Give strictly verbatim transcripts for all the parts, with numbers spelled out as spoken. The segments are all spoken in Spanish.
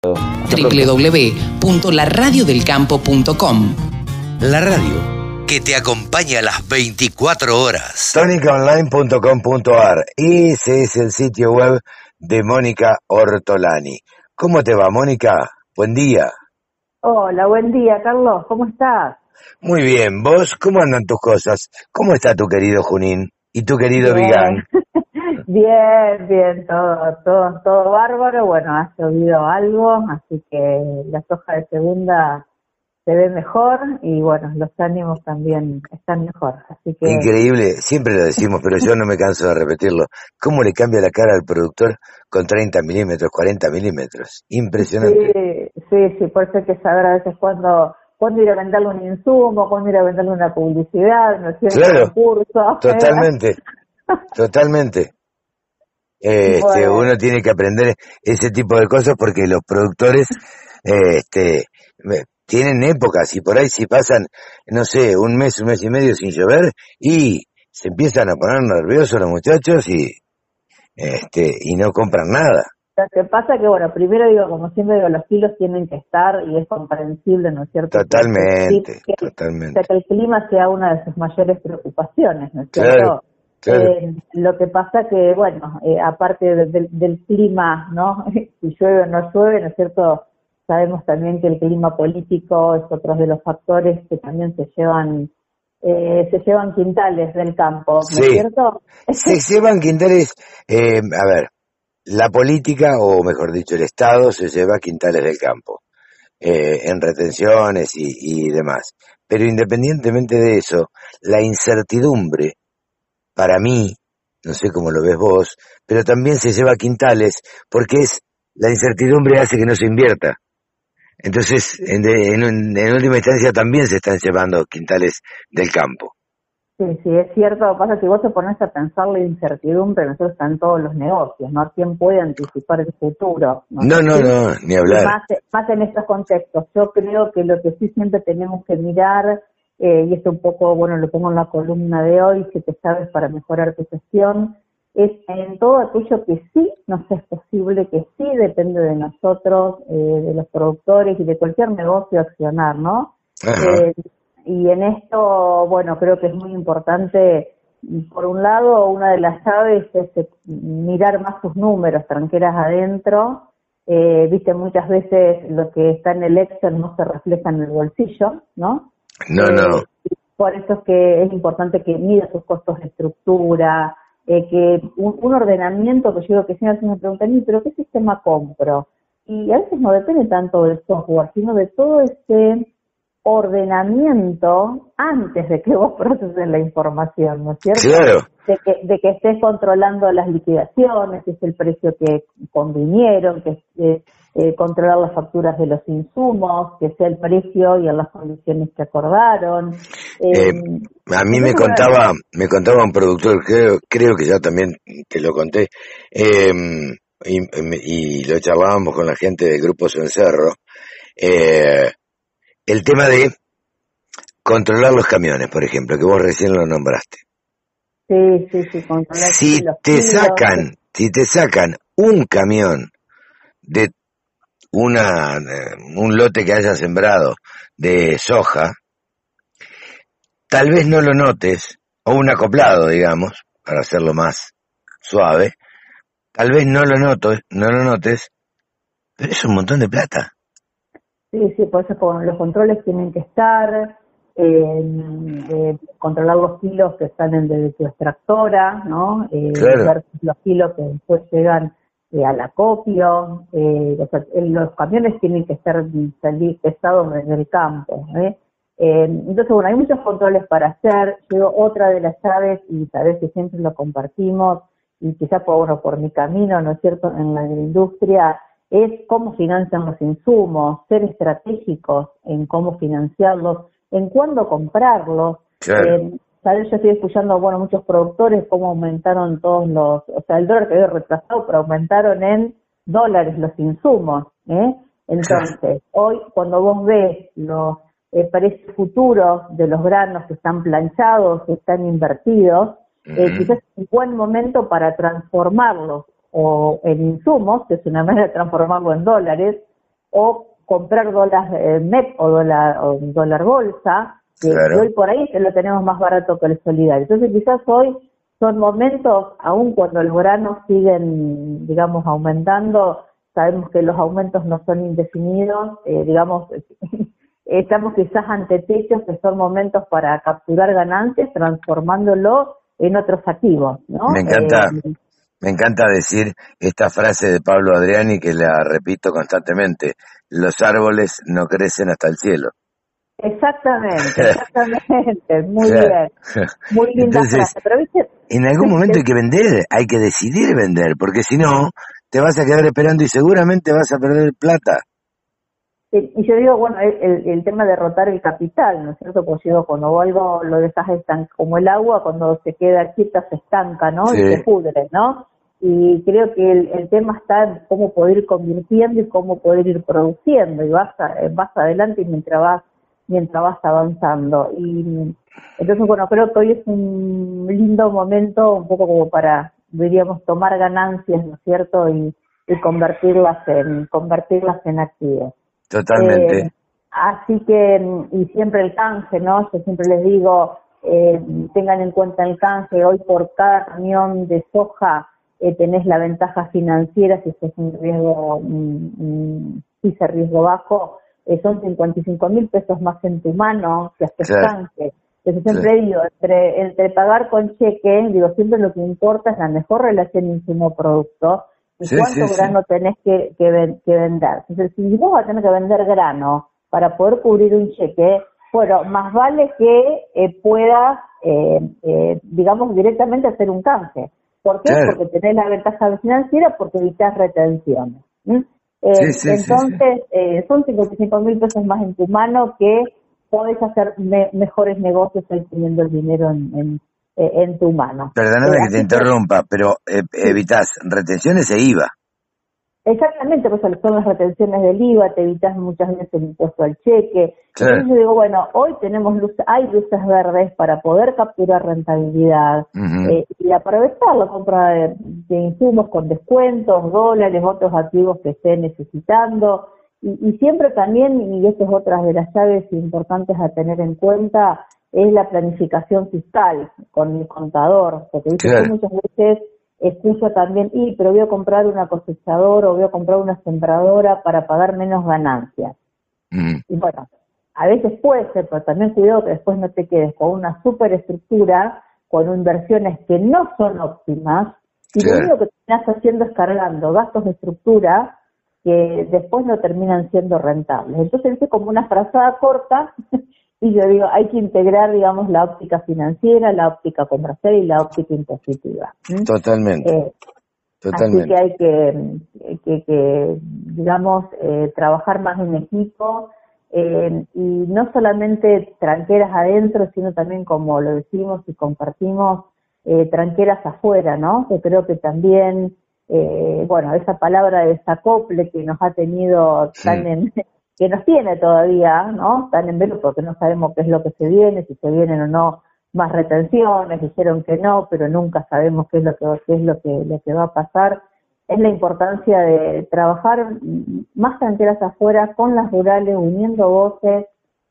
doble u doble u doble u punto la radio del campo punto com. La radio que te acompaña a las veinticuatro horas. tónica online punto com punto a r. Ese es el sitio web de Mónica Ortolani. ¿Cómo te va, Mónica? Buen día. Hola, buen día, Carlos. ¿Cómo estás? Muy bien. ¿Vos cómo andan tus cosas? ¿Cómo está tu querido Junín? ¿Y tu querido Bien. Vigán? Bien, bien, todo, todo, todo bárbaro. Bueno, ha llovido algo, así que la soja de segunda se ve mejor y bueno, los ánimos también están mejor. Así que Increíble, siempre lo decimos, pero yo no me canso de repetirlo. ¿Cómo le cambia la cara al productor con treinta milímetros, cuarenta milímetros? Impresionante. Sí, sí, sí, por eso hay que saber a veces cuándo, cuándo ir a venderle un insumo, cuándo ir a venderle una publicidad, ¿no es cierto? Claro, Un curso. Totalmente, totalmente. Este, Bueno. Uno tiene que aprender ese tipo de cosas porque los productores eh, este, me- tienen épocas y por ahí si pasan, no sé, un mes, un mes y medio sin llover y se empiezan a poner nerviosos los muchachos y este y no compran nada. Lo que pasa que, bueno, primero digo, como siempre digo, los kilos tienen que estar y es comprensible, ¿no es cierto? Totalmente, Que, que, totalmente. o sea, que el clima sea una de sus mayores preocupaciones, ¿no es Claro, cierto? claro. Eh, lo que pasa que, bueno, eh, aparte de- del del clima, ¿no? Si llueve o no llueve, ¿no es cierto? Sabemos también que el clima político es otro de los factores que también se llevan eh, se llevan quintales del campo, ¿no Sí. es cierto? Se llevan quintales, eh, a ver, la política, o mejor dicho, el Estado se lleva quintales del campo, eh, en retenciones y, y demás. Pero independientemente de eso, la incertidumbre, para mí, no sé cómo lo ves vos, pero también se lleva quintales, porque es la incertidumbre hace que no se invierta. Entonces, en, de- en, un- en última instancia, también se están llevando quintales del campo. Sí, sí, es cierto. Lo que pasa es que si vos te pones a pensar la incertidumbre, nosotros están todos los negocios, ¿no? ¿Quién puede anticipar el futuro? No, no, Sí. no, ni Y hablar. más, más en estos contextos. Yo creo que lo que sí siempre tenemos que mirar, eh, y esto un poco, bueno, lo pongo en la columna de hoy, si te sabes para mejorar tu gestión, es en todo aquello que sí nos es posible, que sí depende de nosotros, eh, de los productores y de cualquier negocio accionar, ¿no? Ajá. Eh, y en esto, bueno, creo que es muy importante, por un lado, una de las llaves es eh, mirar más sus números, tranqueras adentro. Eh, viste, muchas veces lo que está en el Excel no se refleja en el bolsillo, ¿no? No, no. Eh, por eso es que es importante que mida sus costos de estructura, eh, que un, un ordenamiento, que yo digo que siempre me preguntan, "¿Y pero qué sistema compro?". Y a veces no depende tanto del software, sino de todo ese ordenamiento antes de que vos proceses la información, ¿no es cierto? Claro. De que, de que estés controlando las liquidaciones, que es el precio que convinieron, que eh, eh, controlar las facturas de los insumos, que sea el precio y en las condiciones que acordaron. Eh, Eh, a mí me entonces, bueno, contaba, me contaba un productor, creo, creo que ya también te lo conté, eh, y, y lo charlábamos con la gente del Grupo Cencerro, eh, el tema de controlar los camiones, por ejemplo, que vos recién lo nombraste. sí, sí, sí, controlar Si los te kilos. sacan, si te sacan un camión de una, eh, un lote que haya sembrado de soja, tal vez no lo notes, o un acoplado, digamos, para hacerlo más suave, tal vez no lo noto, no lo notes, pero es un montón de plata. Sí, sí, por eso con los controles tienen que estar, eh, de controlar los kilos que salen de tu extractora, ¿no? Eh, Claro. ver los kilos que después llegan eh, al acopio, eh, los, eh, los camiones tienen que estar salir pesados desde el campo, ¿eh? Eh, entonces, bueno, hay muchos controles para hacer. Yo, otra de las llaves, y sabes que siempre lo compartimos, y quizás por, bueno, por mi camino, ¿no es cierto?, en la agroindustria, es cómo financian los insumos, ser estratégicos en cómo financiarlos, en cuándo comprarlos. Claro. Eh, ¿sabes? Yo estoy escuchando, bueno, muchos productores cómo aumentaron todos los, o sea, el dólar que había retrasado, pero aumentaron en dólares los insumos, ¿eh? Entonces, hoy cuando vos ves los eh, precios futuros de los granos que están planchados, que están invertidos, eh, Ujú. quizás es un buen momento para transformarlos o en insumos, que es una manera de transformarlo en dólares, o comprar dólar eh, M E P o dólar, o dólar bolsa, que Claro. hoy por ahí lo tenemos más barato que el solidario. Entonces quizás hoy son momentos, aun cuando los granos siguen, digamos, aumentando, sabemos que los aumentos no son indefinidos, eh, digamos, estamos quizás ante techos que son momentos para capturar ganancias, transformándolo en otros activos, ¿no? Me encanta, Eh, me encanta decir esta frase de Pablo Adriani que la repito constantemente: los árboles no crecen hasta el cielo. Exactamente, exactamente, muy Claro. bien, muy linda Entonces, frase, pero viste, en algún momento hay que vender, hay que decidir vender, porque si no, te vas a quedar esperando y seguramente vas a perder plata. y yo digo, bueno, el, el, el tema de rotar el capital, ¿no es cierto? Pues digo, cuando algo lo dejas estancar, como el agua, cuando se queda quieta se estanca, ¿no? Sí. Y se pudre, ¿no? Y creo que el, el tema está en cómo poder ir convirtiendo y cómo poder ir produciendo, y vas, a, vas adelante y mientras vas mientras vas avanzando. Y entonces, bueno, creo que hoy es un lindo momento, un poco como para, diríamos, tomar ganancias, ¿no es cierto? Y, y convertirlas en convertirlas en activos. Totalmente. Eh, así que, y siempre el canje, ¿no? Yo siempre les digo, eh, tengan en cuenta el canje. Hoy por cada camión de soja eh, tenés la ventaja financiera, si es un riesgo, un, un, si es riesgo bajo, eh, son cincuenta y cinco mil pesos más en tu mano que haces Claro. canje. Entonces siempre Sí. digo, entre, entre pagar con cheque, digo, siempre lo que importa es la mejor relación insumo-producto y Sí, cuánto sí, grano sí. tenés que, que, ven- que vender. Entonces, si vos vas a tener que vender grano para poder cubrir un cheque, bueno, más vale que eh, puedas, eh, eh, digamos, directamente hacer un canje. ¿Por qué? Claro. Porque tenés la ventaja financiera, porque evitas retenciones. ¿Mm? Eh, Sí, sí, sí, sí. entonces, eh, son cincuenta y cinco mil pesos más en tu mano que podés hacer me- mejores negocios ahí teniendo el dinero en, en, eh, en tu mano. Perdóname Eh, que te así que, interrumpa, pero eh, sí, evitas retenciones e I V A. exactamente, pues son las retenciones del I V A, te evitas muchas veces el impuesto al cheque. Claro. Entonces yo digo, bueno, hoy tenemos luz, hay luces verdes para poder capturar rentabilidad Ujú. eh, y aprovechar la compra de, de insumos con descuentos, dólares, otros activos que estén necesitando. Y, y siempre también, y esta es otra de las llaves importantes a tener en cuenta, es la planificación fiscal con el contador, porque ¿viste? Yo Claro. muchas veces escucho también, y pero voy a comprar una cosechadora o voy a comprar una sembradora para pagar menos ganancias. Ujú. Y bueno, a veces puede ser, pero también cuidado que después no te quedes con una superestructura, con inversiones que no son óptimas, y lo Claro. único que estás haciendo es cargando gastos de estructura que después no terminan siendo rentables. Entonces es como una frazada corta y yo digo, hay que integrar, digamos, la óptica financiera, la óptica comercial y la óptica impositiva. ¿Mm? Totalmente. Eh, así que Totalmente. hay que, que, que digamos, eh, trabajar más en equipo eh, y no solamente tranqueras adentro, sino también, como lo decimos y compartimos, eh, tranqueras afuera, ¿no? Que creo que también, eh, bueno, esa palabra de desacople que nos ha tenido tan Sí. en, que nos tiene todavía, ¿no? Tan en velo porque no sabemos qué es lo que se viene, si se vienen o no más retenciones, dijeron que no, pero nunca sabemos qué es lo que qué es lo que lo que va a pasar. Es la importancia de trabajar más tranqueras afuera con las rurales, uniendo voces,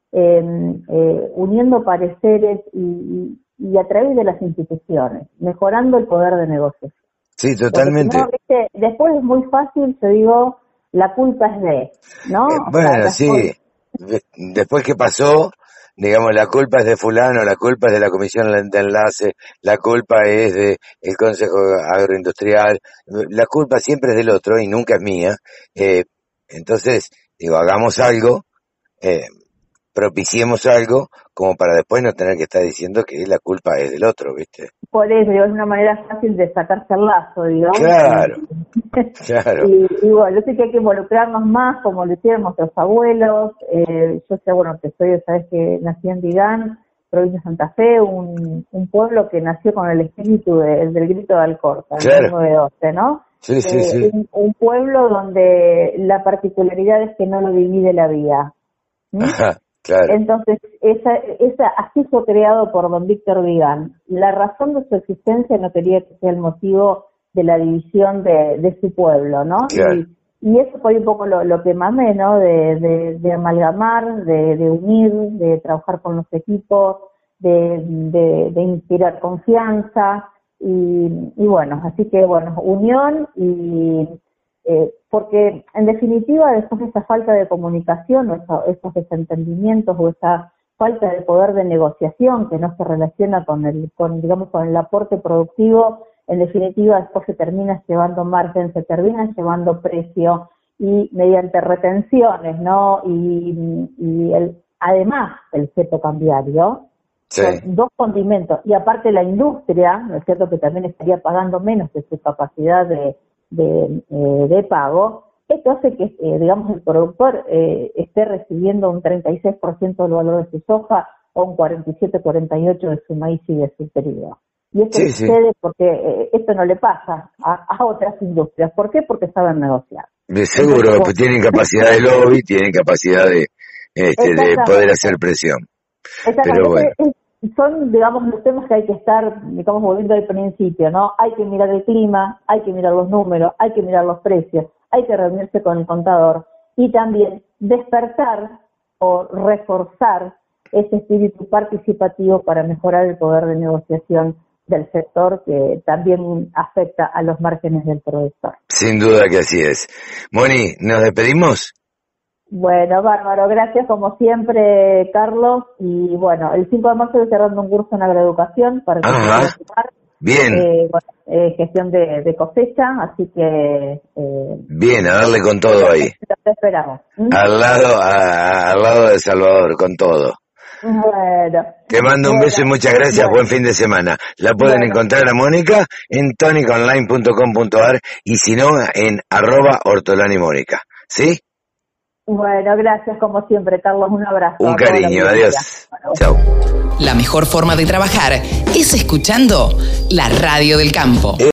eh, eh, uniendo pareceres y, y a través de las instituciones, mejorando el poder de negocios. Sí, Porque si totalmente. no, ¿viste? Después es muy fácil, yo digo, la culpa es de, ¿no? Eh, O sea, bueno, las sí. cosas- De- Después que pasó, digamos, la culpa es de fulano, la culpa es de la comisión de enlace, la culpa es de el Consejo Agroindustrial, la culpa siempre es del otro y nunca es mía. Eh, entonces, digo, hagamos algo, eh, propiciemos algo, como para después no tener que estar diciendo que la culpa es del otro, ¿viste? por eso digo, es una manera fácil de sacarse el lazo, digamos. Claro, Y, claro. y, y bueno, yo sé que hay que involucrarnos más, como lo hicieron nuestros abuelos. Eh, yo sé, bueno, que soy, sabes que nací en Vigán, provincia de Santa Fe, un, un pueblo que nació con el espíritu de, del grito de Alcorta, en Claro. mil novecientos doce, ¿no? Sí, sí, Eh, sí. un, un pueblo donde la particularidad es que no lo divide la vía. ¿Mm? Ajá, claro. Entonces, esa, esa, así fue creado por don Víctor Vigán. La razón de su existencia no quería que sea el motivo de la división de, de su pueblo, ¿no? Claro. Y, y eso fue un poco lo, lo que mamé, ¿no? De, de, de amalgamar, de, de unir, de trabajar con los equipos, de, de, de inspirar confianza, y, y bueno, así que bueno, unión y... Eh, porque en definitiva después de esa falta de comunicación o esa, esos desentendimientos o esa falta de poder de negociación que no se relaciona con el, con, digamos, con el aporte productivo, en definitiva después se termina llevando margen, se termina llevando precio y mediante retenciones, ¿no? Y, y el, además el cepo cambiario, Sí. son dos condimentos, y aparte la industria, ¿no es cierto?, que también estaría pagando menos de su capacidad de De, eh, de pago, esto hace que, eh, digamos, el productor eh, esté recibiendo un treinta y seis por ciento del valor de su soja o un cuarenta y siete, cuarenta y ocho por ciento de su maíz y de su trigo. Y esto Sí, sucede sí. porque eh, esto no le pasa a, a otras industrias. ¿Por qué? Porque saben negociar. De seguro, Entonces, pues tienen capacidad de lobby, tienen capacidad de, este, de poder hacer presión. Pero bueno. Es, son, digamos, los temas que hay que estar, digamos, volviendo al principio, ¿no? Hay que mirar el clima, hay que mirar los números, hay que mirar los precios, hay que reunirse con el contador y también despertar o reforzar ese espíritu participativo para mejorar el poder de negociación del sector que también afecta a los márgenes del productor. Sin duda que así es. Moni, ¿nos despedimos? Bueno, bárbaro, gracias como siempre, Carlos, y bueno, el cinco de marzo estoy cerrando un curso en agroeducación para que Ajá. Bien. Eh, bueno, eh, gestión de, de cosecha, así que... Eh, Bien, a darle con todo ahí. Te esperamos. ¿Mm? Al lado, a, al lado de Salvador, con todo. Bueno. Te mando un bueno, beso y muchas gracias, bueno. buen fin de semana. La pueden Bueno. encontrar a Mónica en tonic online punto com punto a r y si no, en arroba Ortolani Mónica. ¿Sí? Bueno, gracias como siempre, Carlos, un abrazo. Un cariño, adiós. Bueno, Chao. La mejor forma de trabajar es escuchando la radio del campo.